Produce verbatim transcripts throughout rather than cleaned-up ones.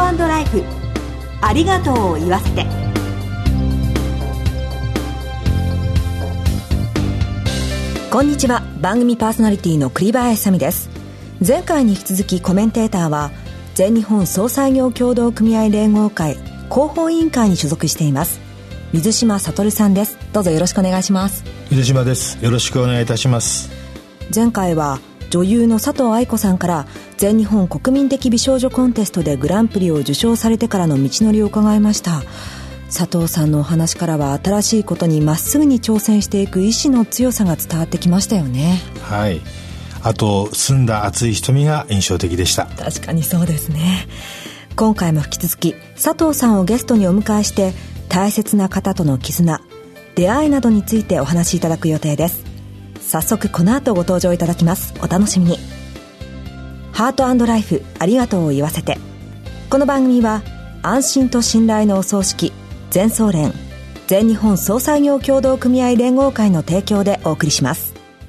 ト&ライフ、ありがとうを言わせて。 こんにちは。番組パーソナリティの栗林さみです。前回に引き続きコメンテーターは全日本総裁業協同組合連合会広報委員会に所属しています水島悟さんです。どうぞよろしくお願いします。 水島です。よろしくお願いいたします。 前回は女優の佐藤愛子さんから全日本国民的美少女コンテストでグランプリを受賞されてからの道のりを伺いました。佐藤さんのお話からは新しいことにまっすぐに挑戦していく意志の強さが伝わってきましたよね。 はい。あと澄んだ熱い瞳が印象的でした。 確かにそうですね。今回も引き続き佐藤さんをゲストにお迎えして大切な方との絆、出会いなどについてお話しいただく予定です。早速この後ご登場いただきます。お楽しみに。ハート&ライフ、ありがとうを言わせて。この番組は安心と信頼のお葬式全総連全日本総裁業協同組合連合会の提供でお送りします。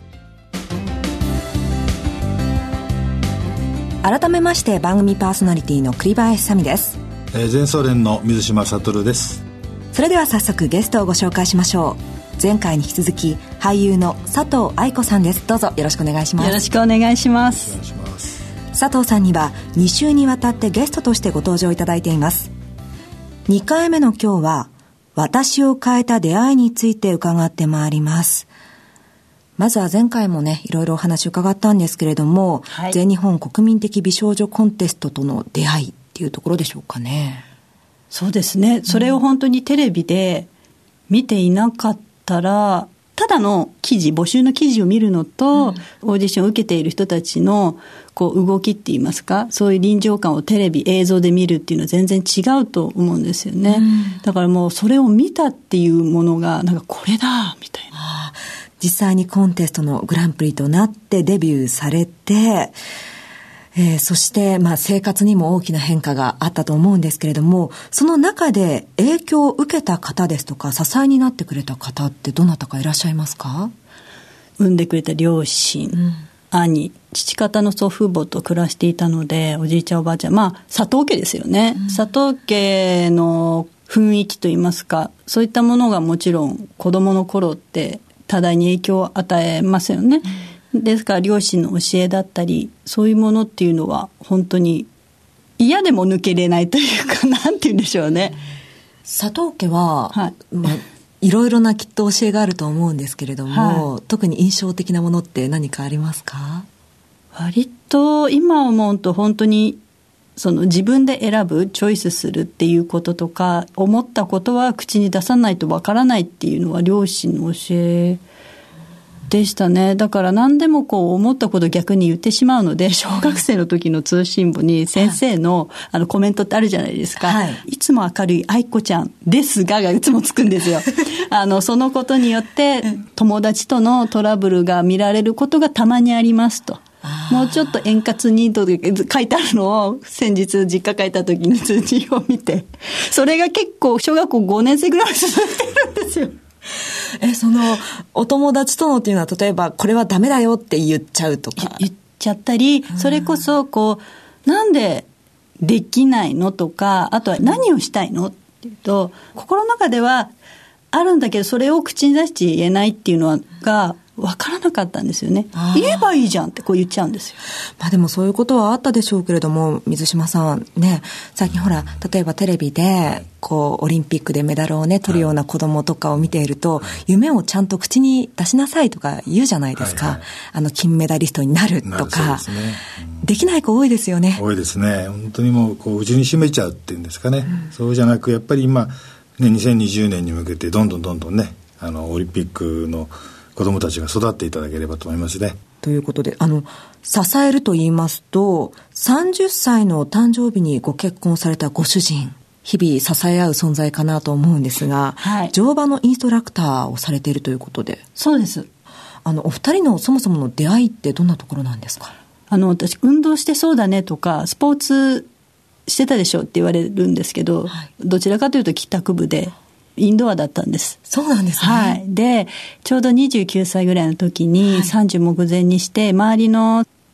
改めまして番組パーソナリティの栗林さみです。 えー、全総連の水島悟です。 それでは早速ゲストをご紹介しましょう。前回に引き続き俳優の佐藤愛子さんです。どうぞよろしくお願いします。 よろしくお願いします。 佐藤さんにはに週にわたってゲストとしてご登場いただいています。にかいめの今日は私を変えた出会いについて伺ってまいります。まずは前回もねいろいろお話伺ったんですけれども、はい、全日本国民的美少女コンテストとの出会いっていうところでしょうかね。 そうですね。それを本当にテレビで見ていなかったら、ただの記事、募集の記事を見るのと、うん、オーディションを受けている人たちのこう動きっていいますか、そういう臨場感をテレビ映像で見るっていうのは全然違うと思うんですよね、うん、だからもうそれを見たっていうものがなんかこれだみたいな。 あ、実際にコンテストのグランプリとなってデビューされて、えー、そしてまあ生活にも大きな変化があったと思うんですけれども、その中で影響を受けた方ですとか支えになってくれた方ってどなたかいらっしゃいますか？ 産んでくれた両親、うん、兄、父方の祖父母と暮らしていたので、おじいちゃんおばあちゃん、まあ佐藤家ですよね、うん、佐藤家の雰囲気といいますか、そういったものがもちろん子供の頃って多大に影響を与えますよね、うん、ですから両親の教えだったりそういうものっていうのは本当に嫌でも抜けれないというか、なんて言うんでしょうね。 佐藤家は、はい、まあ、いろいろなきっと教えがあると思うんですけれども、はい、特に印象的なものって何かありますか？ 割と今思うと本当にその自分で選ぶ、チョイスするっていうこととか、思ったことは口に出さないとわからないっていうのは両親の教えでしたね。だから何でもこう思ったことを逆に言ってしまうので、小学生の時の通信簿に先生のあのコメントってあるじゃないですか、はい、いつも明るい愛子ちゃんですががいつもつくんですよあのそのことによって友達とのトラブルが見られることがたまにありますと、もうちょっと円滑にと書いてあるのを先日実家帰った時に通知を見て、それが結構小学校ごねん生ぐらい続いてるんですよ。 え、そのお友達とのっていうのは例えばこれはダメだよって言っちゃうとか言っちゃったり、それこそこうなんでできないのとか、あとは何をしたいのっていうと、心の中ではあるんだけどそれを口に出して言えないっていうのが分からなかったんですよね。言えばいいじゃんってこう言っちゃうんですよ。 まあでもそういうことはあったでしょうけれども、水島さんね、最近ほら例えばテレビでこうオリンピックでメダルをね取るような子供とかを見ていると、はい、夢をちゃんと口に出しなさいとか言うじゃないですか、はいはい、あの金メダリストになるとか、そうですね、うん、できない子多いですよね。 多いですね。本当にもうこう内に秘めちゃうっていうんですかね、うん、そうじゃなくやっぱり今、ね、にせんにじゅうねんに向けてどんどんどんどんね、あのオリンピックの子どもたちが育っていただければと思いますね。 ということで、あの支えると言いますと、さんじゅっさいのお誕生日にご結婚されたご主人、日々支え合う存在かなと思うんですが、はい、乗馬のインストラクターをされているということで。 そうです。 あのお二人のそもそもの出会いってどんなところなんですか？ あの私運動してそうだねとかスポーツしてたでしょって言われるんですけど、はい、どちらかというと帰宅部でインドアだったんです。 そうなんですね。 はい。で、ちょうどにじゅうきゅうさいぐらいの時にさんじゅう目前にして、周りの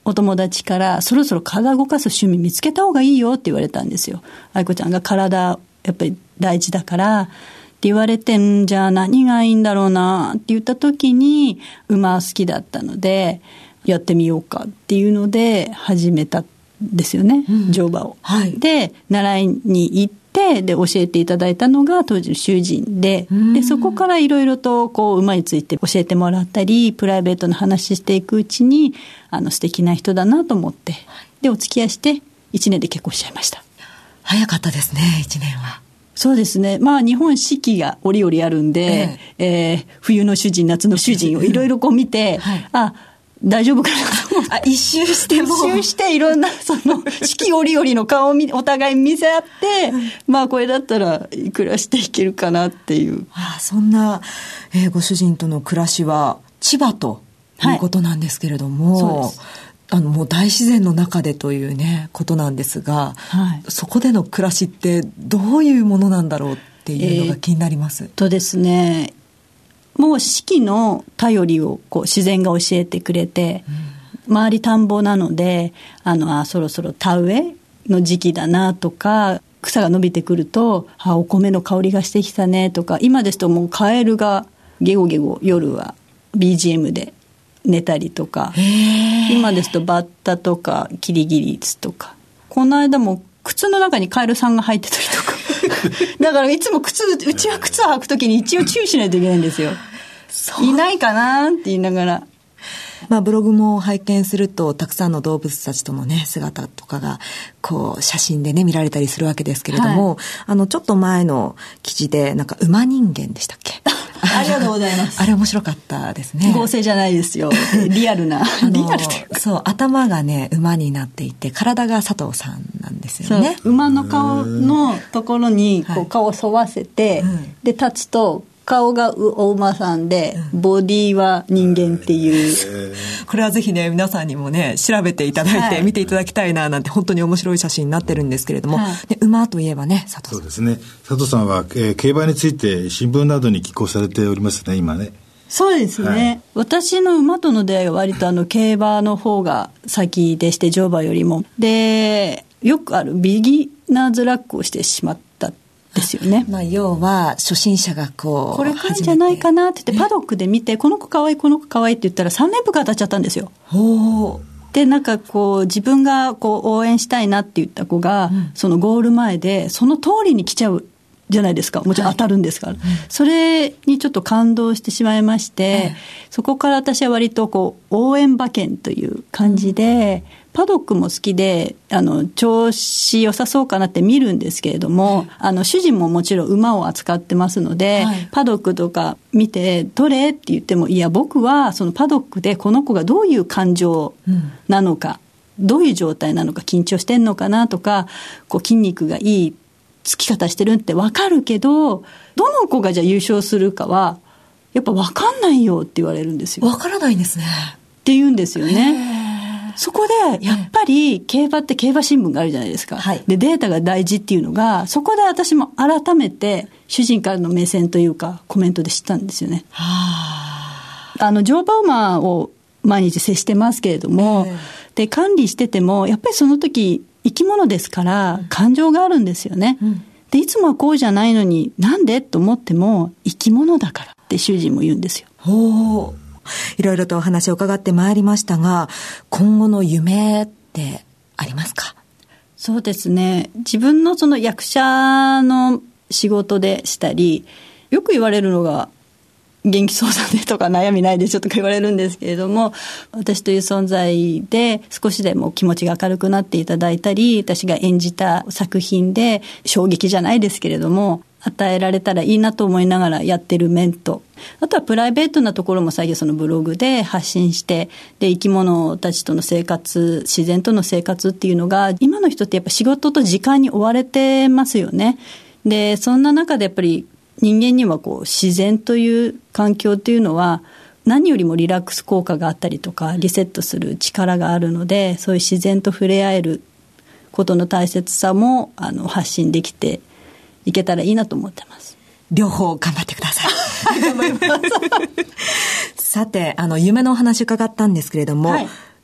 お友達からそろそろ体を動かす趣味見つけた方がいいよって言われたんですよ。愛子ちゃんが体やっぱり大事だからって言われて、んじゃあ何がいいんだろうなって言った時に馬好きだったのでやってみようかっていうので始めたんですよね、うん、乗馬を、はい、で習いに行ってで教えていただいたのが当時の主人 で, でそこからいろいろとこう馬について教えてもらったりプライベートの話していくうちにあの素敵な人だなと思ってでお付き合いしていちねんで結婚しちゃいました。 早かったですねいちねんは。 そうですね、まあ、日本四季が折々あるんで、えええー、冬の主人夏の主人をいろいろこう見て、はい、あ大丈夫かなと思ってあ一周しても一周していろんなその四季折々の顔をお互い見せ合って、まあこれだったら暮らしていけるかなっていう。 あそんな、えー、ご主人との暮らしは千葉ということなんですけれども、はい、そうです。あのもう大自然の中でというねことなんですが、はい、そこでの暮らしってどういうものなんだろうっていうのが気になります。 えー、とですねもう四季の頼りをこう自然が教えてくれて、うん、周り田んぼなのであのあそろそろ田植えの時期だなとか草が伸びてくるとあお米の香りがしてきたねとか今ですともうカエルがゲゴゲゴ夜は ビージーエム で寝たりとか今ですとバッタとかキリギリスとかこの間も靴の中にカエルさんが入ってたりとかだからいつも靴うちは靴を履くときに一応注意しないといけないんですよいないかなって言いながら、 まあ、ブログも拝見するとたくさんの動物たちとのね姿とかがこう写真でね見られたりするわけですけれども、はい、あのちょっと前の記事でなんか馬人間でしたっけありがとうございますあれ面白かったですね。 合成じゃないですよリアルなリアルというかそう頭がね馬になっていて体が佐藤さんなんですよね。 馬の顔のところにこう顔を沿わせて、はい、で立つと顔がお馬さんで、うん、ボディは人間っていうこれはぜひね皆さんにもね調べていただいて、はい、見ていただきたいななんて本当に面白い写真になってるんですけれども、はい、で馬といえばね佐藤さんそうですね佐藤さんは、えー、競馬について新聞などに寄稿されておりますね今ね。 そうですね、はい、私の馬との出会いは割とあの競馬の方が先でして乗馬よりもでよくあるビギナーズラックをしてしまったですよね。 まあ、要は初心者がこうこれからじゃないかなって言ってパドックで見てこの子かわいいこの子かわいいって言ったらさん連符が当たっちゃったんですよ。 ほうでなんかこう自分がこう応援したいなって言った子が、うん、そのゴール前でその通りに来ちゃうじゃないですか。もちろん当たるんですから、はい、それにちょっと感動してしまいまして、はい、そこから私は割とこう応援馬券という感じで、うんパドックも好きであの調子良さそうかなって見るんですけれども、はい、あの主人ももちろん馬を扱ってますので、はい、パドックとか見てどれって言ってもいや僕はそのパドックでこの子がどういう感情なのか、うん、どういう状態なのか緊張してんのかなとかこう筋肉がいいつき方してるって分かるけどどの子がじゃあ優勝するかはやっぱ分かんないよって言われるんですよ。 分からないんですねって言うんですよね。そこでやっぱり競馬って競馬新聞があるじゃないですか、はい、でデータが大事っていうのがそこで私も改めて主人からの目線というかコメントで知ったんですよね。はあの乗馬馬を毎日接してますけれども、えー、で管理しててもやっぱりその時生き物ですから感情があるんですよね、うん、でいつもはこうじゃないのになんでと思っても生き物だからって主人も言うんですよ。 ほういろいろとお話を伺ってまいりましたが今後の夢ってありますか？ そうですね自分のその役者の仕事でしたりよく言われるのが元気そうだねとか悩みないでしょとか言われるんですけれども私という存在で少しでも気持ちが明るくなっていただいたり私が演じた作品で衝撃じゃないですけれども与えられたらいいなと思いながらやってる面とあとはプライベートなところも最近そのブログで発信してで生き物たちとの生活自然との生活っていうのが今の人ってやっぱ仕事と時間に追われてますよね。でそんな中でやっぱり人間にはこう自然という環境っていうのは何よりもリラックス効果があったりとかリセットする力があるのでそういう自然と触れ合えることの大切さもあの発信できていけたらいいなと思ってます。 両方頑張ってください頑張りますさてあの夢のお話伺ったんですけれども、はい、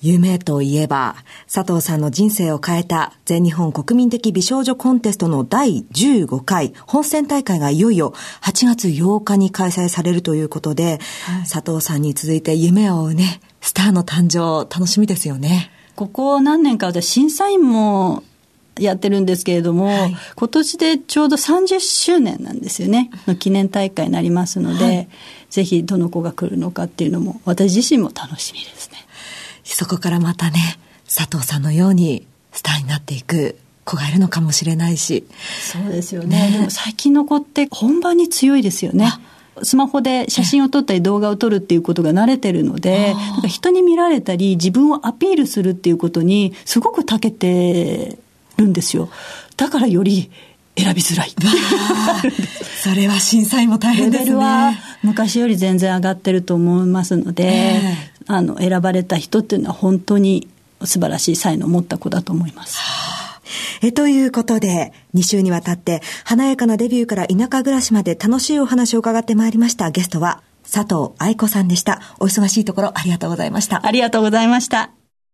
夢といえば、佐藤さんの人生を変えた全日本国民的美少女コンテストのだいじゅうごかい本選大会がいよいよはちがつようかに開催されるということで、はい、佐藤さんに続いて夢を追うね、スターの誕生楽しみですよね。 ここ何年か私審査員もやってるんですけれども、はい、今年でちょうどさんじゅっしゅうねんなんですよねの記念大会になりますので、はい、ぜひどの子が来るのかっていうのも私自身も楽しみですね。 そこからまたね、佐藤さんのようにスターになっていく子がいるのかもしれないし。 そうですよね。でも最近の子って本番に強いですよね。スマホで写真を撮ったり動画を撮るっていうことが慣れてるので、なんか人に見られたり自分をアピールするっていうことにすごく長けてるんですよ。だからより選びづらいそれは審査員も大変ですね。レベルは昔より全然上がってると思いますので、えー、あの選ばれた人っていうのは本当に素晴らしい才能を持った子だと思います。 えということでに週にわたって華やかなデビューから田舎暮らしまで楽しいお話を伺ってまいりました。ゲストは佐藤愛子さんでした。お忙しいところありがとうございました。 ありがとうございました。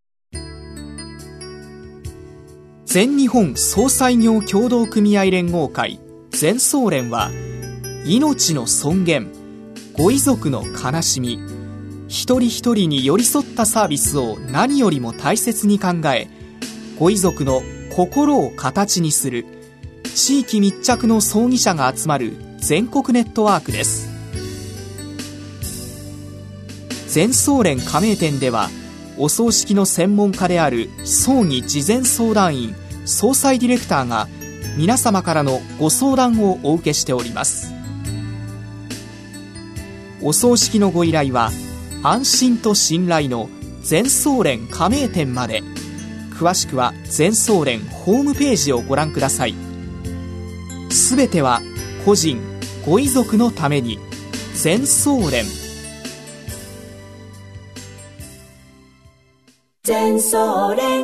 全日本総裁業協同組合連合会全総連は、命の尊厳、ご遺族の悲しみ、一人一人に寄り添ったサービスを何よりも大切に考え、ご遺族の心を形にする地域密着の葬儀社が集まる全国ネットワークです。全総連加盟店では、お葬式の専門家である葬儀事前相談員、総裁ディレクターが皆様からのご相談をお受けしております。お葬式のご依頼は安心と信頼の全総連加盟店まで。詳しくは全総連ホームページをご覧ください。すべては個人ご遺族のために。全総連。 全総連。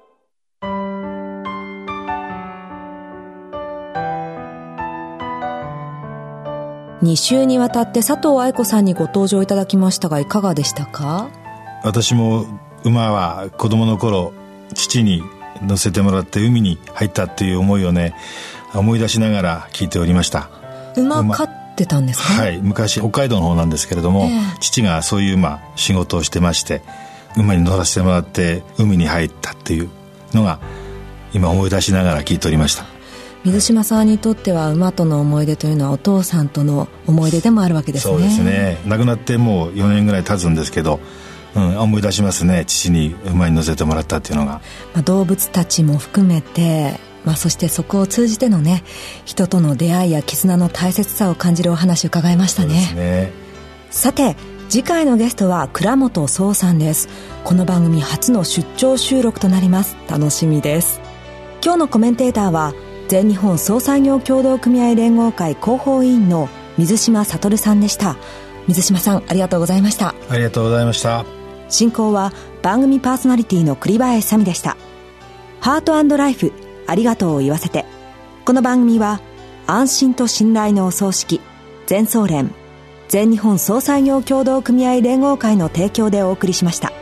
に週にわたって佐藤愛子さんにご登場いただきましたが、いかがでしたか？ 私も馬は子供の頃父に乗せてもらって海に入ったっていう思いをね、思い出しながら聞いておりました。 馬飼ってたんですか？ はい、昔北海道の方なんですけれども、えー、父がそういう馬仕事をしてまして、馬に乗らせてもらって海に入ったっていうのが今思い出しながら聞いておりました。 水島さんにとっては馬との思い出というのはお父さんとの思い出でもあるわけですね。 そうですね。亡くなってもうよねんぐらい経つんですけど、うん、思い出しますね。父に馬に乗せてもらったっていうのが、 まあ、動物たちも含めて、まあ、そしてそこを通じてのね、人との出会いや絆の大切さを感じるお話を伺いましたね。 そうですね。 さて次回のゲストは倉本壮さんです。この番組初の出張収録となります。楽しみです。今日のコメンテーターは全日本総裁業協同組合連合会広報委員の水島悟さんでした。水島さん、ありがとうございました。 ありがとうございました。 進行は番組パーソナリティの栗林さみでした。ハート&ライフ、ありがとうを言わせて。この番組は安心と信頼のお葬式全総連全日本総裁業協同組合連合会の提供でお送りしました。